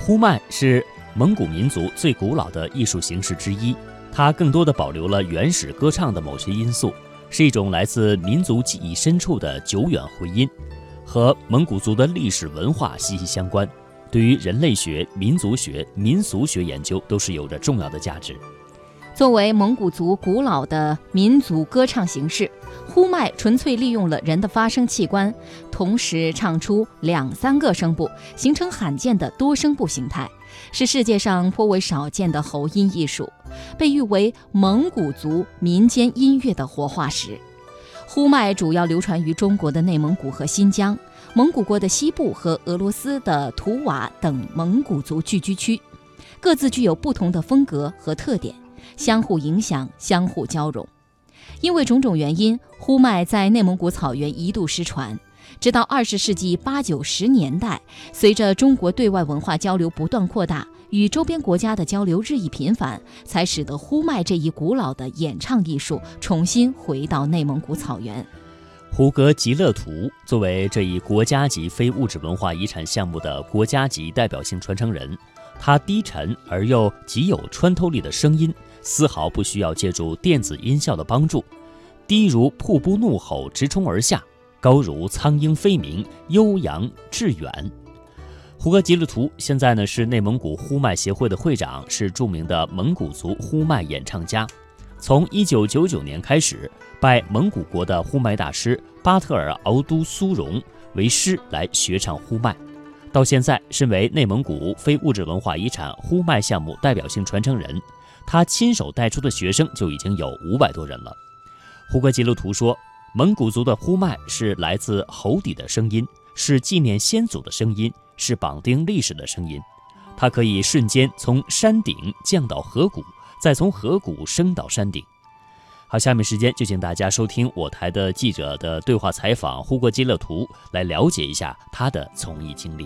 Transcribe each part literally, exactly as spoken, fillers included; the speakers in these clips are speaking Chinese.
呼麦是蒙古民族最古老的艺术形式之一，它更多地保留了原始歌唱的某些因素，是一种来自民族记忆深处的久远回音，和蒙古族的历史文化息息相关，对于人类学、民族学、民俗学研究都是有着重要的价值。 作为蒙古族古老的民族歌唱形式，呼麦纯粹利用了人的发声器官，同时唱出两三个声部，形成罕见的多声部形态，是世界上颇为少见的喉音艺术，被誉为蒙古族民间音乐的活化石。呼麦主要流传于中国的内蒙古和新疆、蒙古国的西部和俄罗斯的图瓦等蒙古族聚居区，各自具有不同的风格和特点，相互影响，相互交融。因为种种原因，呼麦在内蒙古草原一度失传，直到二十世纪八九十年代，随着中国对外文化交流不断扩大，与周边国家的交流日益频繁，才使得呼麦这一古老的演唱艺术重新回到内蒙古草原。 胡格吉勒图作为这一国家级非物质文化遗产项目的国家级代表性传承人，他低沉而又极有穿透力的声音丝毫不需要借助电子音效的帮助，低如瀑布怒吼直冲而下，高如苍鹰飞鸣，悠扬致远。胡格吉勒图现在呢是内蒙古呼麦协会的会长，是著名的蒙古族呼麦演唱家。从一九九九年开始，拜蒙古国的呼麦大师巴特尔敖都苏荣为师来学唱呼麦，到现在身为内蒙古非物质文化遗产呼麦项目代表性传承人，他亲手带出的学生就已经有五百多人了。胡格吉勒图说，蒙古族的呼麦是来自喉底的声音，是纪念先祖的声音，是绑定历史的声音。它可以瞬间从山顶降到河谷，再从河谷升到山顶。好，下面时间就请大家收听我台的记者的对话采访呼格吉勒图，来了解一下他的从艺经历。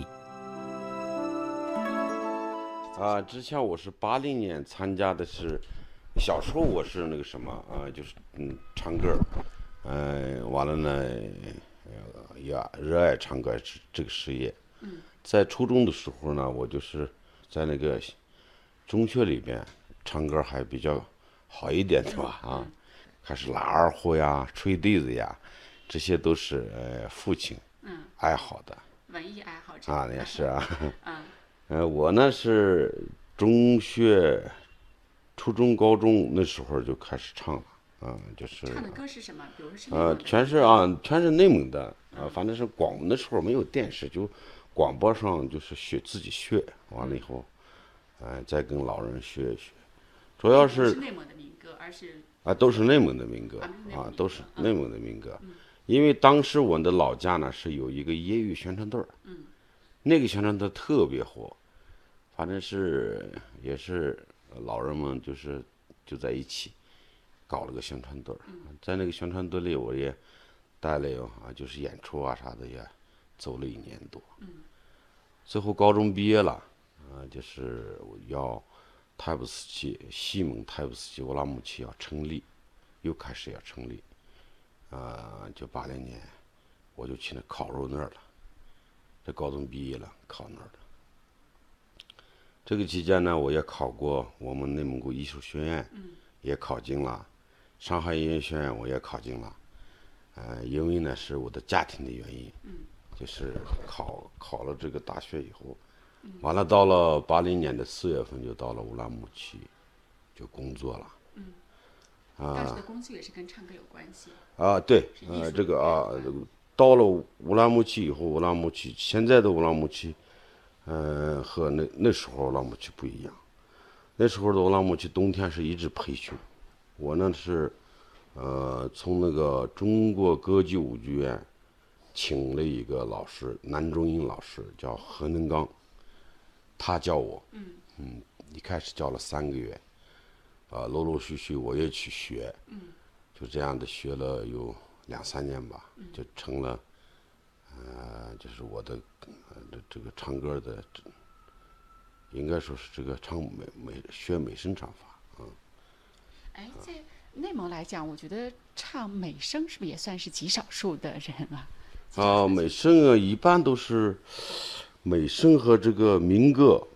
啊，之前我是八零年参加的是，小时候我是那个什么啊，就是嗯唱歌，嗯、呃，完了呢，也热爱唱歌这个事业。嗯，在初中的时候呢，我就是在那个中学里边唱歌还比较好一点的吧啊，开始拉二胡呀、吹笛子呀，这些都是呃父亲嗯爱好的文艺爱好者啊，也是啊。 嗯。 呃，我呢是中学、初中、高中那时候就开始唱了，啊、呃，就是唱的歌是什么？比如说是呃，全是啊，全是内蒙的，啊、呃，反正是广那时候没有电视，就广播上就是学自己学，完了以后，呃，再跟老人学一学，主要是不是内蒙的民歌，而是啊，都是内蒙的民歌啊，都是内蒙的民歌，因为当时我的老家呢是有一个业余宣传队儿，嗯。那个宣传队特别火，反正是也是老人们就是就在一起搞了个宣传队，在那个宣传队里我也带了有啊，就是演出啊啥的也走了一年多，最后高中毕业了，啊，就是要泰布斯基西蒙泰布斯基乌拉木齐要成立，又开始要成立，啊，就八零年我就去那考入那儿了。这高中毕业了，考那儿的。这个期间呢，我也考过我们内蒙古艺术学院，嗯、也考进了，上海音乐学院我也考进了。呃，因为呢是我的家庭的原因，嗯、就是考考了这个大学以后，嗯、完了到了八零年的四月份就到了乌兰牧骑，就工作了。 嗯，啊，当时的工作也是跟唱歌有关系。 啊，对，呃，这个啊。到了乌兰牧骑以后，乌兰牧骑现在的乌兰牧骑，嗯、呃，和那那时候乌兰牧骑不一样。那时候的乌兰牧骑冬天是一直培训，我呢是，呃，从那个中国歌剧舞剧院请了一个老师，男中音老师叫何能刚，他教我，嗯嗯，一开始教了三个月，啊、呃，陆陆续续我也去学，嗯，就这样的学了有。两三年吧，就成了，呃，就是我的，呃，这这个唱歌的，应该说是这个唱美美学美声唱法，嗯。 哎，在内蒙来讲，我觉得唱美声是不是也算是极少数的人啊？ 啊，美声啊，一般都是美声和这个民歌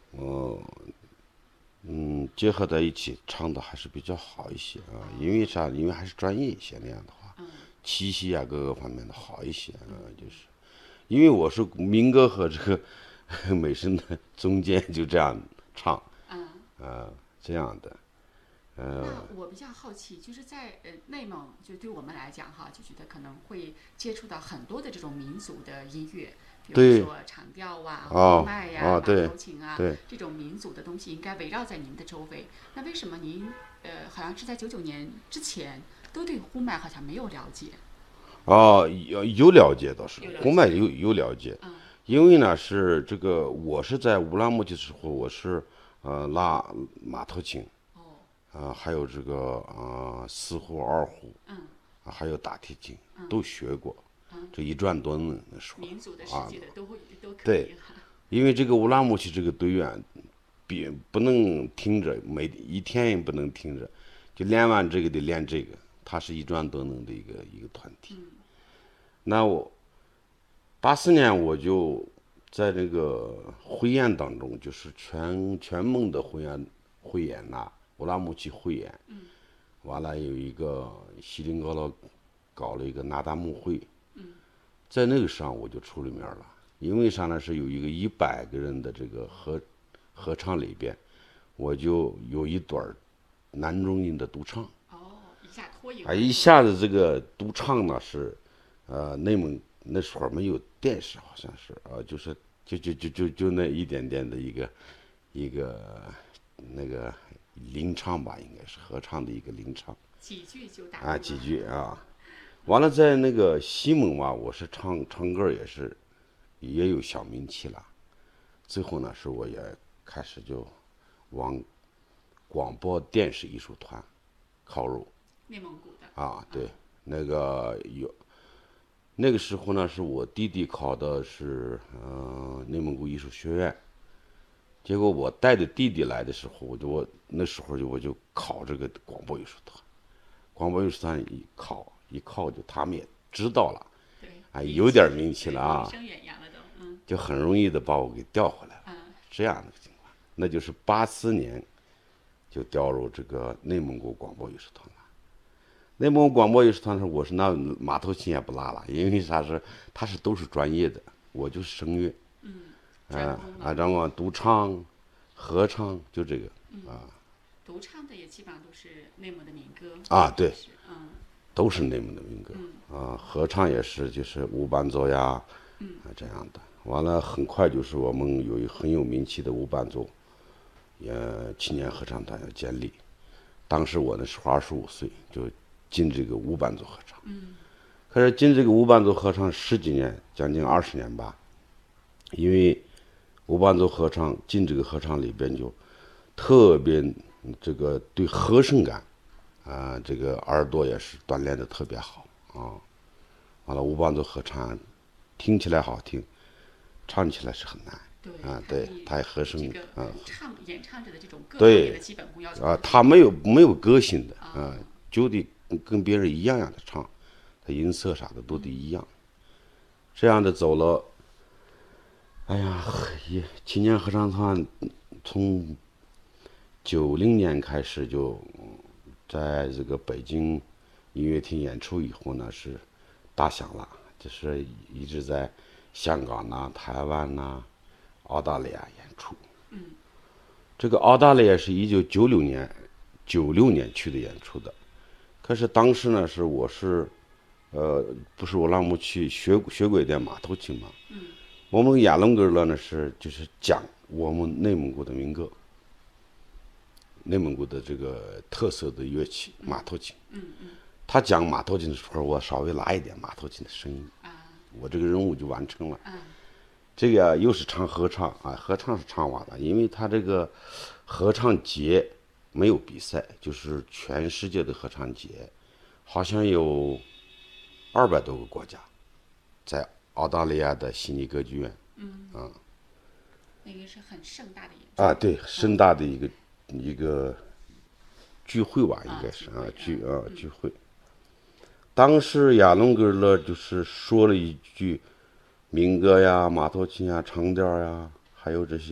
呃，嗯，结合在一起唱的还是比较好一些啊。因为啥？因为还是专业一些，那样的话，气息啊各个方面的好一些啊。就是因为我是民歌和这个美声的中间，就这样唱，呃，这样的。 那我比较好奇，就是在呃内蒙，就对我们来讲哈，就觉得可能会接触到很多的这种民族的音乐，比如说长调啊、呼麦呀、马头琴啊，这种民族的东西应该围绕在您的周围。那为什么您呃好像是在九九年之前都对呼麦好像没有了解？ 哦，有有了解倒是，呼麦有有了解， 嗯、 因为呢是这个我是在乌兰牧骑的时候，我是呃拉马头琴。啊、呃，还有这个啊、呃，四胡、二胡， 嗯， 啊，还有大提琴， 嗯、 都学过， 嗯， 这一转多能那时候， 民族的世界的都会、啊、都可以。 对，因为这个乌拉木齐这个队员，比不能听着，每一天也不能听着，就练完这个得练这个，它是一转多能的一个一个团体。 嗯、 那我八四年我就在这个汇演当中，就是全全蒙的汇演汇演呐。乌拉木齐汇演， 嗯， 完了有一个锡林高老搞了一个那达慕会， 嗯， 在那个上我就出了名了，因为啥呢？是有一个一百个人的这个合合唱里边，我就有一段男中音的独唱。 哦，一下脱颖啊，一下子这个独唱呢是，呃，内蒙那时候没有电视，好像是啊，就是就就就就就那一点点的一个一个那个。领唱吧，应该是合唱的一个领唱， 几句就打啊，几句啊，完了在那个西蒙嘛，我是唱唱歌也是也有小名气了，最后呢是我也开始就往广播电视艺术团靠入， 内蒙古的啊，对，那个有那个时候呢是我弟弟考的是嗯、呃、内蒙古艺术学院。结果我带着弟弟来的时候，我就我那时候就我就考这个广播艺术团，广播艺术团一考一考就他们也知道了， 对， 啊，有点名气了啊， 名声远扬了都，嗯， 就很容易的把我给调回来了， 嗯， 这样的情况，那就是八四年就调入这个内蒙古广播艺术团了。内蒙古广播艺术团时，我是那马头琴也不拉了，因为啥是他是都是专业的，我就是声乐。 嗯。 啊，啊，然后独唱、合唱就这个、 嗯、 啊。 独唱的也基本上都是内蒙的民歌啊，对， 嗯， 都是内蒙的民歌、 嗯、 啊。合唱也是，就是无伴奏呀， 嗯， 啊这样的。完了，很快就是我们有一很有名气的无伴奏，也青年合唱团要建立。当时我那时候二十五岁，就进这个无伴奏合唱。 嗯， 可是进这个无伴奏合唱十几年，将近二十年吧，因为。无伴奏合唱进这个合唱里边就特别这个对和声感啊、呃，这个耳朵也是锻炼的特别好啊。完了，无伴奏合唱听起来好听，唱起来是很难。 对啊，对，它和声啊， 唱演唱者的这种个对的基本功要求啊，他没有没有个性的啊，就得跟别人一样样的唱，他音色啥的都得一样，这样的走了。哎呀，也青年合唱团从九零年开始就在这个北京音乐厅演出以后呢，是打响了，就是一直在香港呐、台湾呐、澳大利亚演出。 嗯， 这个澳大利亚是一九九六年九六年去的演出的，可是当时呢是我是呃不是我让我去学学过一点马头琴嘛。 嗯。 我们亚龙格勒呢是就是讲我们内蒙古的民歌，内蒙古的这个特色的乐器马头琴。 嗯嗯。 他讲马头琴的时候，我稍微拉一点马头琴的声音， 啊， 我这个任务就完成了。 嗯。 这个又是唱合唱啊，合唱是唱完了，因为他这个合唱节没有比赛，就是全世界的合唱节，好像有二百多个国家，在。澳大利亚的悉尼歌剧院， 嗯， 啊， 那个是很盛大的演出啊，对，盛大的一个、嗯、一个聚会吧，应该是啊聚啊聚会。当时亚龙格勒就是说了一句，民歌呀、马头琴呀、长调呀，还有这些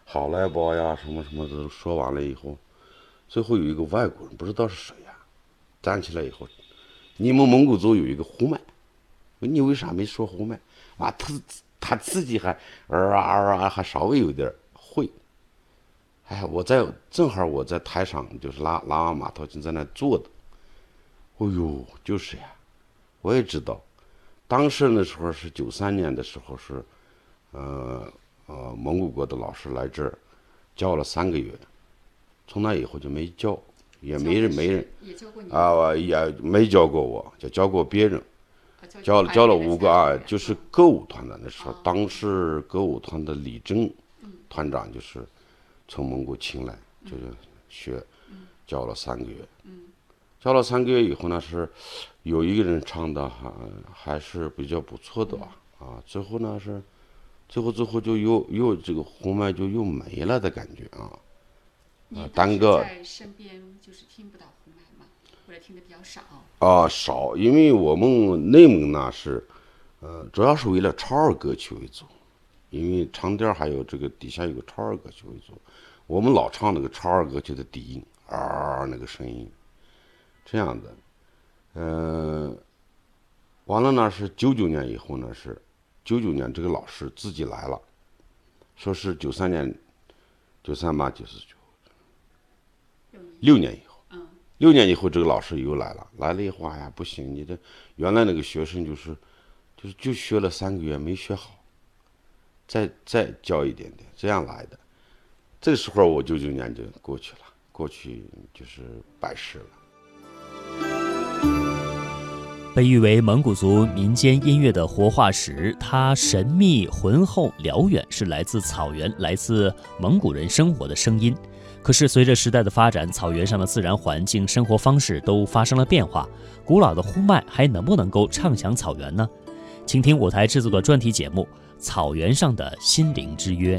好来宝呀什么什么的说完了以后，最后有一个外国人不知道是谁呀、啊，站起来以后，你们蒙古族有一个呼麦，你为啥没说呼麦？啊，他他自己还儿啊儿啊还稍微有点会。哎，我在正好我在台上就是拉拉完马头琴在那坐的，哎呦，就是呀，我也知道，当时那时候是九三年的时候是，呃呃蒙古国的老师来这儿教了三个月，从那以后就没教，也没人没人啊也没教过我，就教过别人，教了教了五个啊，就是歌舞团的那时候，当时歌舞团的李征团长就是。从蒙古请来就是学，教了三个月，教了三个月以后呢，是有一个人唱的还还是比较不错的吧，啊，最后呢是，最后最后就又又这个呼麦就又没了的感觉啊， 啊，单个在身边就是听不到呼麦吗？或者听的比较少？ 啊，少，因为我们内蒙呢是，呃，主要是为了超儿歌曲为主。因为长调还有这个底下有个超儿歌曲为主，我们老唱那个超儿歌曲的底音啊，那个声音，这样的，嗯、呃，完了呢是九九年以后呢是，九九年这个老师自己来了，说是九三年，九三八九四九，六年以后，六年以后这个老师又来了，来了以后哎呀不行，你这原来那个学生就是，就是就学了三个月没学好。再再教一点点，这样来的。这个时候我九九年就过去了，过去就是拜师了。 被誉为蒙古族民间音乐的活化石，它神秘浑厚辽远，是来自草原、来自蒙古人生活的声音。可是随着时代的发展，草原上的自然环境、生活方式都发生了变化，古老的呼麦还能不能够唱响草原呢？请听我台制作的专题节目《草原上的心灵之约》。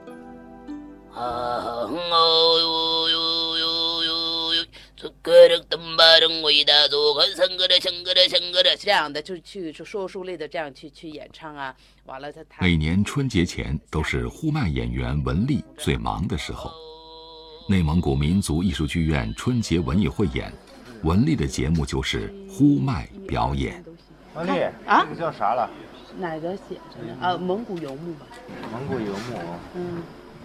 这样的就去说书类的这样去去演唱啊，完了他每年春节前都是呼麦演员文丽最忙的时候。内蒙古民族艺术剧院春节文艺汇演，文丽的节目就是呼麦表演。 文丽啊，这个叫啥了？ 哪个写着呢？啊，蒙古游牧吧。 蒙古游牧。 嗯。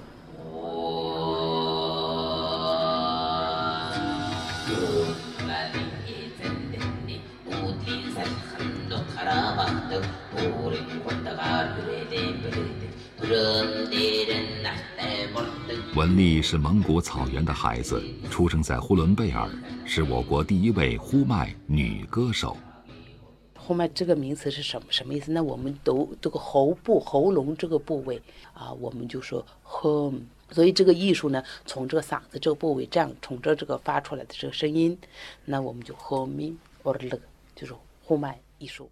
文丽是蒙古草原的孩子，出生在呼伦贝尔，是我国第一位呼麦女歌手。 呼麦这个名词是什么什么意思？那我们都这个喉部喉咙这个部位啊，我们就说 hum， 所以这个艺术呢，从这个嗓子这个部位这样从这这个发出来的这个声音，那我们就 hum or le， 就是呼麦艺术。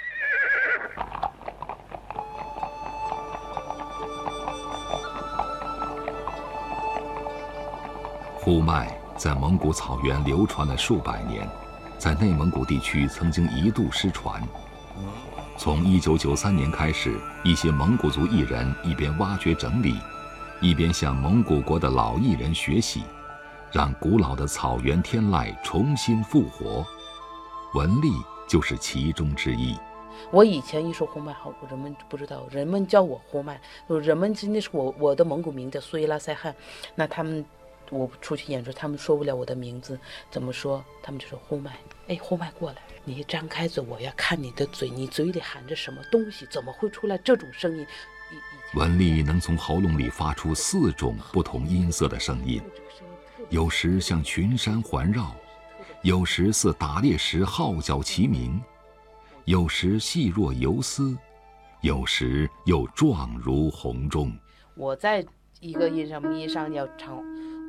呼麦在蒙古草原流传了数百年，在内蒙古地区曾经一度失传。从一九九三年开始，一些蒙古族艺人一边挖掘整理，一边向蒙古国的老艺人学习，让古老的草原天籁重新复活。文丽就是其中之一。 我以前一说呼麦好，人们不知道，人们叫我呼麦，人们那是我我的蒙古名叫苏伊拉塞汗，那他们。我出去演出，他们说不了我的名字，怎么说？他们就说呼麦，哎，呼麦过来，你张开嘴，我要看你的嘴，你嘴里含着什么东西？怎么会出来这种声音？ 文丽能从喉咙里发出四种不同音色的声音，有时像群山环绕，有时似打猎时号角齐鸣，有时细若游丝，有时又壮如洪钟。 我在一个音上咪上要唱。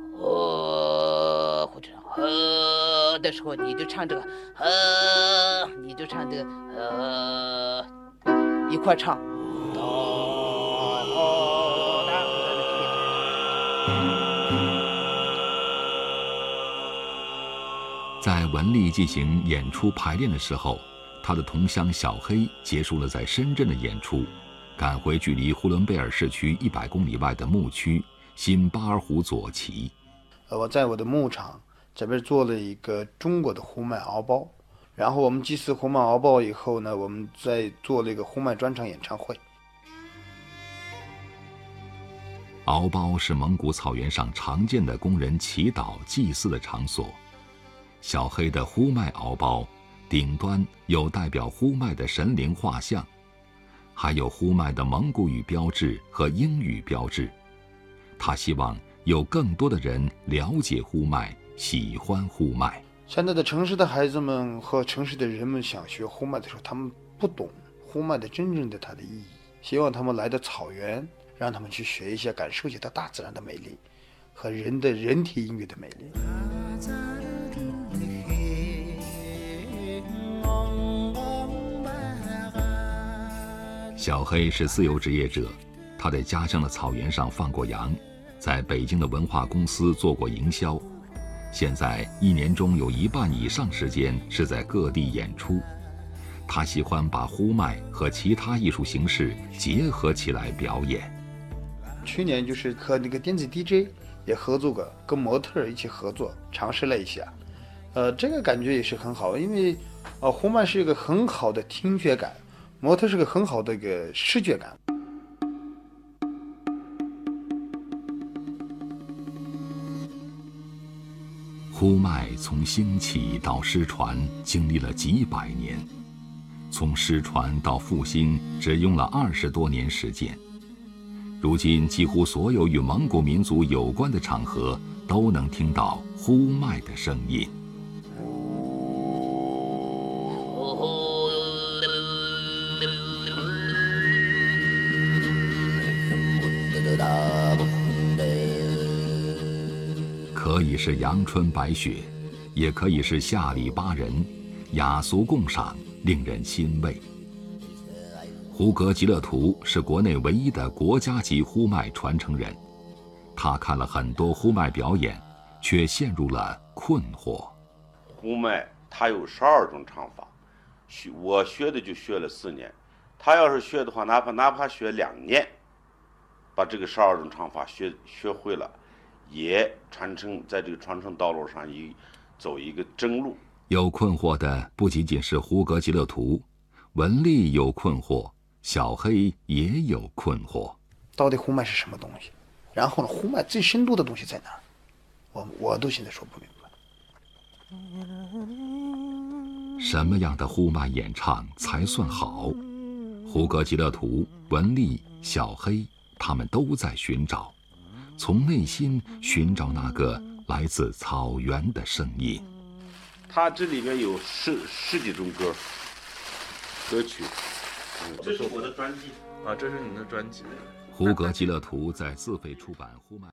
呃，或者呃的时候，你就唱这个呃，你就唱这个呃，一块唱。 在文丽进行演出排练的时候，他的同乡小黑结束了在深圳的演出，赶回距离呼伦贝尔市区一百公里外的牧区。 新巴尔虎左旗。 我在我的牧场这边做了一个中国的呼麦敖包，然后我们祭祀呼麦敖包以后呢，我们再做了一个呼麦专场演唱会。 敖包是蒙古草原上常见的工人祈祷祭祀的场所。小黑的呼麦敖包顶端有代表呼麦的神灵画像，还有呼麦的蒙古语标志和英语标志。他希望有更多的人了解呼麦，喜欢呼麦。 现在的城市的孩子们和城市的人们想学呼麦的时候，他们不懂呼麦的真正的它的意义。希望他们来到草原，让他们去学一下，感受一下它大自然的美丽和人的人体音乐的美丽。 小黑是自由职业者，他在家乡的草原上放过羊，在北京的文化公司做过营销，现在一年中有一半以上时间是在各地演出。他喜欢把呼麦和其他艺术形式结合起来表演。 去年就是和那个电子 D J 也合作过，跟模特一起合作，尝试了一下，呃，这个感觉也是很好，因为呃，呼麦是一个很好的听觉感，模特是个很好的一个视觉感。 呼麦从兴起到失传，经历了几百年。从失传到复兴只用了二十多年时间。如今几乎所有与蒙古民族有关的场合都能听到呼麦的声音。可以是阳春白雪，也可以是下里巴人，雅俗共赏，令人欣慰。胡格吉勒图是国内唯一的国家级呼麦传承人，他看了很多呼麦表演，却陷入了困惑。 呼麦它有十二种唱法，学我学的就学了四年，他要是学的话，哪怕哪怕学两年，把这个十二种唱法学学会了，也传承在这个传承道路上一走一个正路。 有困惑的不仅仅是胡格吉勒图，文丽有困惑，小黑也有困惑。 到底呼麦是什么东西？然后呢，呼麦最深度的东西在哪？我我都现在说不明白。什么样的呼麦演唱才算好？胡格吉勒图、文丽、小黑，他们都在寻找，从内心寻找那个来自草原的声音。 它这里面有十十几种歌歌曲。这是我的专辑啊，这是你的专辑。 胡格吉勒图在自费出版呼麦。